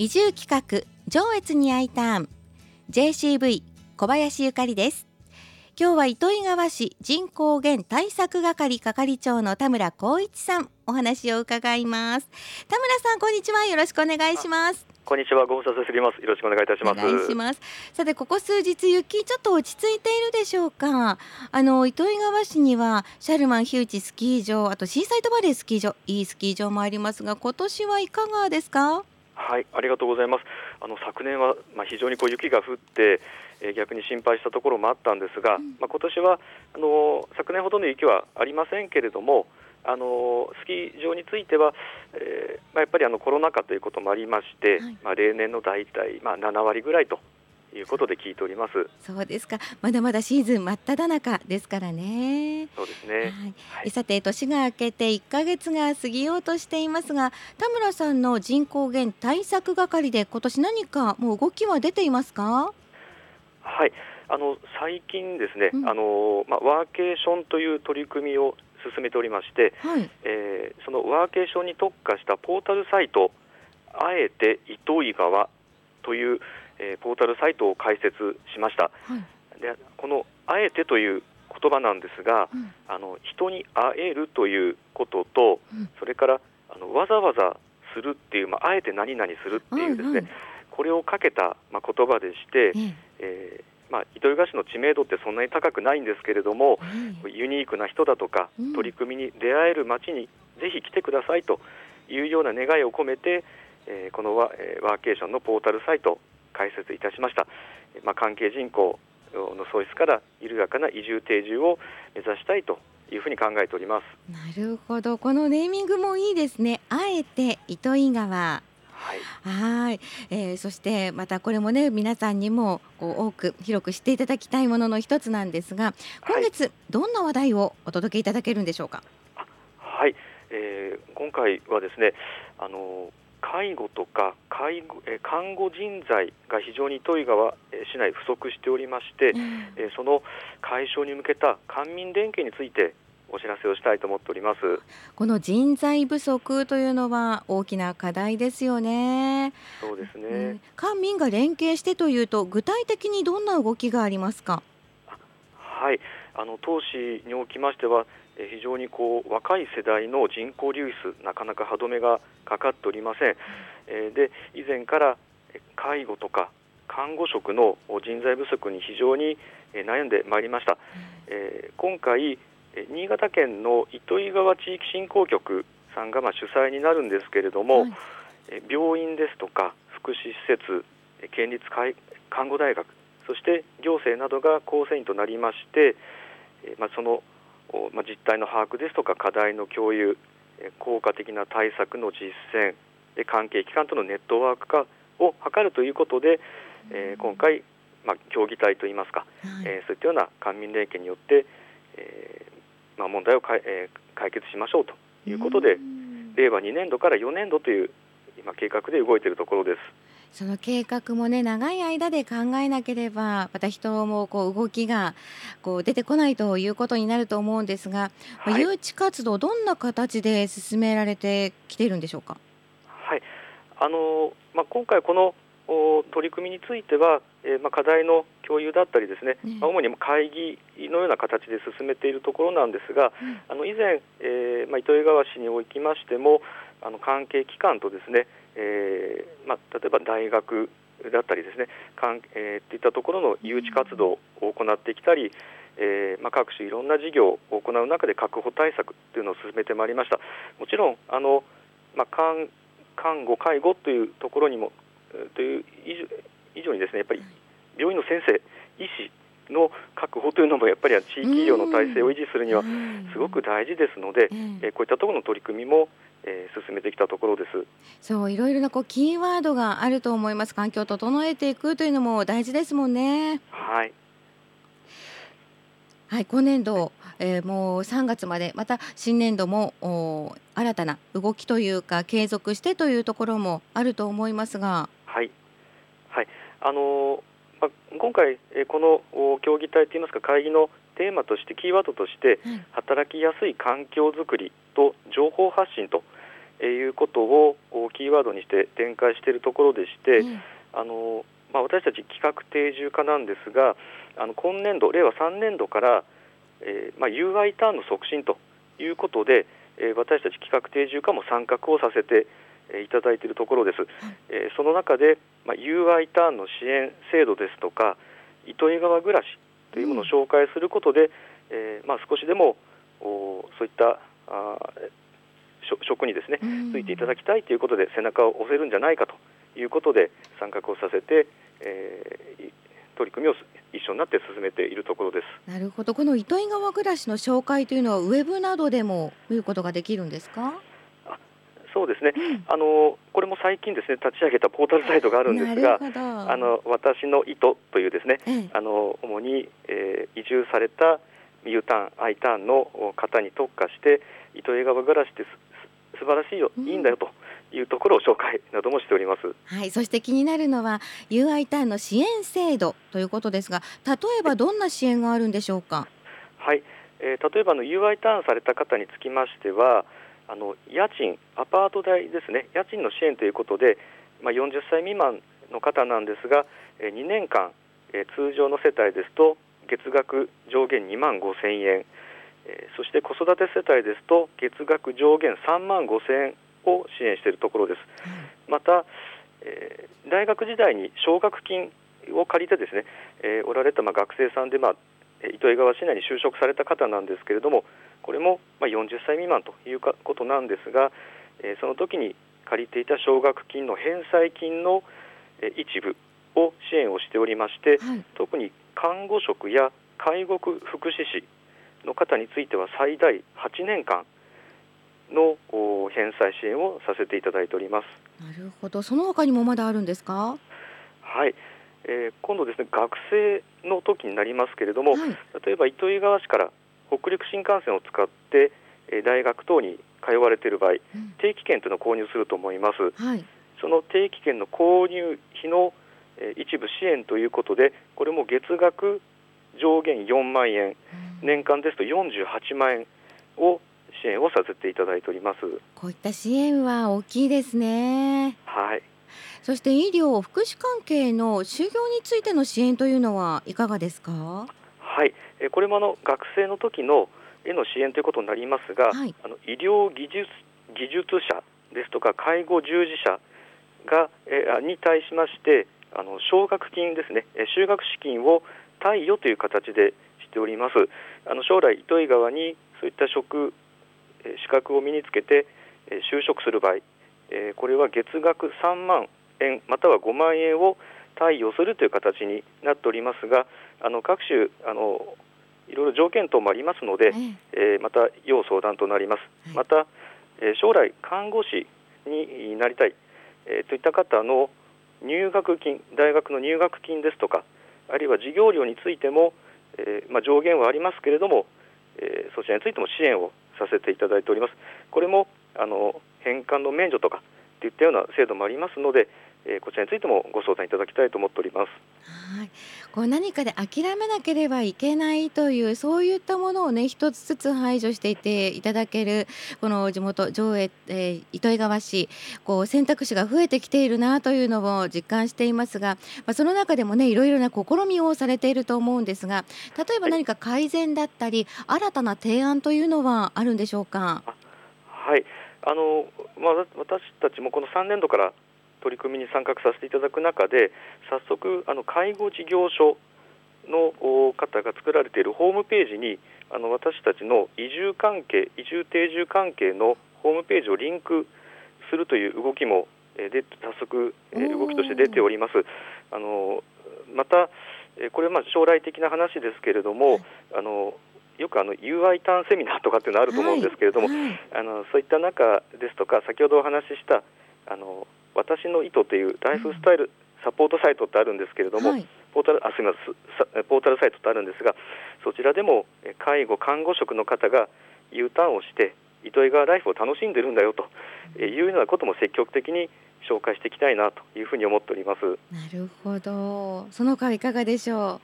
移住企画上越に I ターン JCV 小林ゆかりです。今日は糸魚川市人口減対策係係長の田村光一さん、お話を伺います。田村さん、こんにちは。よろしくお願いします。 こんにちは。ご無沙汰しております。よろしくお願いいたします。 お願いします。さて、ここ数日雪ちょっと落ち着いているでしょうか。糸魚川市にはシャルマン樋内スキー場、あとシーサイドバレースキー場、いいスキー場もありますが、今年はいかがですか？ はい、ありがとうございます。昨年は、非常に雪が降って、逆に心配したところもあったんですが、今年は昨年ほどの雪はありませんけれども、スキー場については、やっぱりコロナ禍ということもありまして、例年の大体、7割ぐらいということで聞いております。 そうですか。まだまだシーズン真っ只中ですからね。 そうですね。 さて、年が明けて1ヶ月が過ぎようとしていますが、田村さんの人口減対策係で今年何かもう動きは出ていますか？ はい、最近ですね、ワーケーションという取り組みを進めておりまして、そのワーケーションに特化したポータルサイト、あえて糸魚川という、ポータルサイトを開設しました。で、このあえてという言葉なんですが、人に会えるということと、それからわざわざするっていう、あえて何々するっていうですね、これをかけた、言葉でして、糸魚川市の知名度ってそんなに高くないんですけれども、ユニークな人だとか、取り組みに出会える街にぜひ来てくださいというような願いを込めて、このワーケーションのポータルサイトを開設いたしました。関係人口の創出から緩やかな移住定住を目指したいというふうに考えております。 なるほど。このネーミングもいいですね。あえて糸魚川。そしてまたこれもね、皆さんにも多く広く知っていただきたいものの一つなんですが、今月どんな話題をお届けいただけるんでしょうか？ 今回はですね、介護とか看護人材が非常に糸魚川市内不足しておりまして、その解消に向けた官民連携についてお知らせをしたいと思っております。 この人材不足というのは大きな課題ですよね。 そうですね。 官民が連携してというと、具体的にどんな動きがありますか？ 当市におきましては、非常に若い世代の人口流出、なかなか歯止めがかかっておりません。で、以前から介護とか看護職の人材不足に非常に悩んでまいりました。今回新潟県の糸魚川地域振興局さんが主催になるんですけれども、病院ですとか福祉施設、県立看護大学、そして行政などが構成員となりまして、その実態の把握ですとか課題の共有、効果的な対策の実践、関係機関とのネットワーク化を図るということで、今回、協議体といいますか、そういったような官民連携によって、問題を解決しましょうということで、令和2年度から4年度という今計画で動いているところです。 その計画もね、長い間で考えなければまた人も動きが出てこないということになると思うんですが、誘致活動どんな形で進められてきているんでしょうか？ 今回この取り組みについては、課題の共有だったりですね、主に会議のような形で進めているところなんですが、以前、糸魚川市におきましても関係機関とですね、例えば大学だったりですね、といったところの誘致活動を行ってきたり、各種いろんな事業を行う中で確保対策というのを進めてまいりました。もちろん看護介護というところにもという以上にですね、やっぱり病院の先生、医師の確保というのもやっぱり地域医療の体制を維持するにはすごく大事ですので、こういったところの取り組みも進めてきたところです。 そう、いろいろなキーワードがあると思います。環境を整えていくというのも大事ですもんね。今年度、もう3月まで、また新年度も新たな動きというか継続してというところもあると思いますが、 今回この協議体といいますか会議のテーマとしてキーワードとして、働きやすい環境づくりと情報発信ということをキーワードにして展開しているところでして、私たち企画定住課なんですが、今年度令和3年度から、UI ターンの促進ということで、私たち企画定住課も参画をさせていただいているところです。その中で、UI ターンの支援制度ですとか糸魚川暮らしというものを紹介することで、少しでもそういった職にですねついていただきたいということで背中を押せるんじゃないかということで参画をさせて、取り組みを一緒になって進めているところです。 なるほど。この糸魚川暮らしの紹介というのはウェブなどでも見ることができるんですか？ そうですね、これも最近ですね立ち上げたポータルサイトがあるんですが、私の糸というですね、主に、移住されたUターン I ターンの方に特化して糸魚川暮らしって素晴らしいよ、いいんだよというところを紹介などもしております。 はい、そして気になるのは UI ターンの支援制度ということですが、例えばどんな支援があるんでしょうか？ はい、例えばUI ターンされた方につきましては、家賃、アパート代ですね、家賃の支援ということで、40歳未満の方なんですが、2年間、通常の世帯ですと月額上限2万5千円、そして子育て世帯ですと月額上限3万5千円を支援しているところです。また、大学時代に奨学金を借りてですね、おられた学生さんで、糸魚川市内に就職された方なんですけれども、これも40歳未満ということなんですが、その時に借りていた奨学金の返済金の一部を支援をしておりまして、特に看護職や介護福祉士の方については最大8年間の返済支援をさせていただいております。 なるほど。その他にもまだあるんですか？ はい、今度ですね、学生の時になりますけれども、例えば糸魚川市から北陸新幹線を使って大学等に通われている場合、定期券というのを購入すると思います。その定期券の購入費の一部支援ということで、これも月額上限4万円、年間ですと48万円を支援をさせていただいております。 こういった支援は大きいですね。 はい。 そして医療・福祉関係の就業についての支援というのはいかがですか？ はい、これも学生の時のへの支援ということになりますが、医療技術者ですとか介護従事者が、に対しまして奨学金ですね、就学資金を貸与という形でしております。将来糸魚川にそういった資格を身につけて就職する場合、これは月額3万円または5万円を貸与するという形になっておりますが、各種いろいろ条件等もありますので、また要相談となります。また、将来看護師になりたい、といった方の入学金、大学の入学金ですとか、あるいは授業料についても、上限はありますけれども、そちらについても支援をさせていただいております。これも返還の免除とかといったような制度もありますので、こちらについてもご相談いただきたいと思っております。 はい、こう何かで諦めなければいけないというそういったものをね一つずつ排除していていただけるこの地元上越、糸魚川市こう選択肢が増えてきているなというのを実感していますが、その中でもねいろいろな試みをされていると思うんですが、例えば何か改善だったり、新たな提案というのはあるんでしょうか？ はい、私たちもこの3年度から取り組みに参画させていただく中で、早速介護事業所の方が作られているホームページに私たちの移住定住関係のホームページをリンクするという動きも早速動きとして出ております。またこれは将来的な話ですけれども、よくUI ターンセミナーとかっていうのあると思うんですけれども、そういった中ですとか、先ほどお話しした私の糸というライフスタイルサポートサイトってあるんですけれども、ポータルサイトってあるんですが、そちらでも介護看護職の方が U ターンをして糸魚川ライフを楽しんでるんだよというようなことも積極的に紹介していきたいなというふうに思っております。 なるほど。その他いかがでしょう？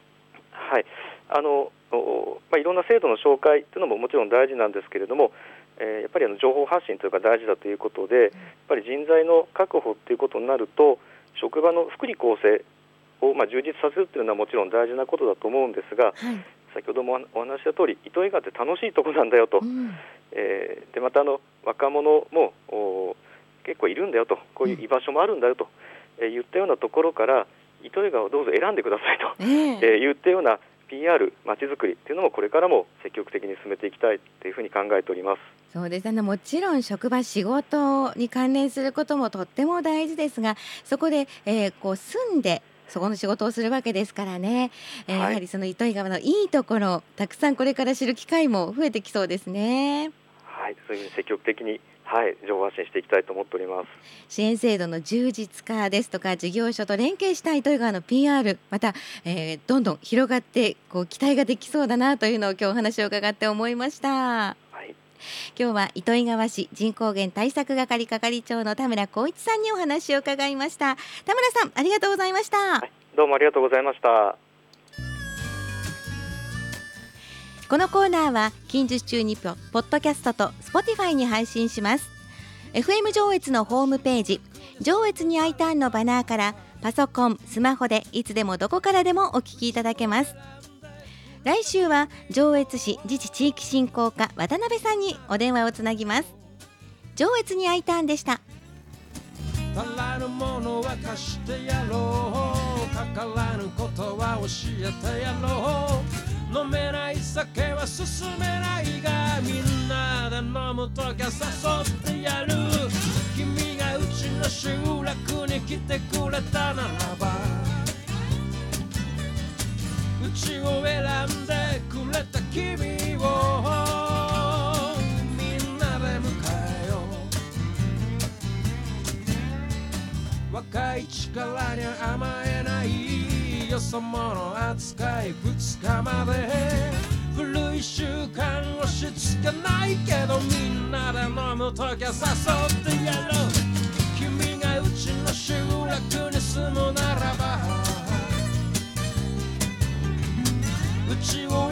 はい、いろんな制度の紹介というのももちろん大事なんですけれども、 やっぱり情報発信というか大事だということで、やっぱり人材の確保ということになると、職場の福利厚生を充実させるというのはもちろん大事なことだと思うんですが、先ほどもお話した通り、糸魚川って楽しいところなんだよと、でまた若者も結構いるんだよと、こういう居場所もあるんだよと、言ったようなところから、糸魚川をどうぞ選んでくださいと、言ったような PR、まちづくりというのもこれからも積極的に進めていきたいというふうに考えております。 そうですね、もちろん職場仕事に関連することもとっても大事ですが、そこで、こう住んでそこの仕事をするわけですからね、やはりその糸魚川のいいところ、たくさんこれから知る機会も増えてきそうですね。 はい、そういうふうに積極的に情報発信していきたいと思っております。 支援制度の充実化ですとか、事業所と連携した糸魚川の PR、また、どんどん広がって期待ができそうだなというのを今日お話を伺って思いました。今日は糸魚川市人口減対策係係長の田村光一さんにお話を伺いました。田村さん、ありがとうございました。 どうもありがとうございました。 このコーナーは近日中にポッドキャストと Spotify に配信します。 FM 上越のホームページ、上越に I ターンのバナーからパソコン、スマホでいつでもどこからでもお聞きいただけます。来週は上越市自治地域振興課渡辺さんにお電話をつなぎます。上越に I ターンでした。 足らぬものは貸してやろう、かからぬことは教えてやろう、飲めない酒は進めないが、みんなで飲むときは誘ってやる、君がうちの集落に来てくれたならば、うちを選んでくれた君をみんなで迎えよう、若い力に甘えないよそ者扱い2日まで、古い習慣押し付けないけど、みんなで飲むときは誘ってやろう、君がうちの集落に住むならば、うちを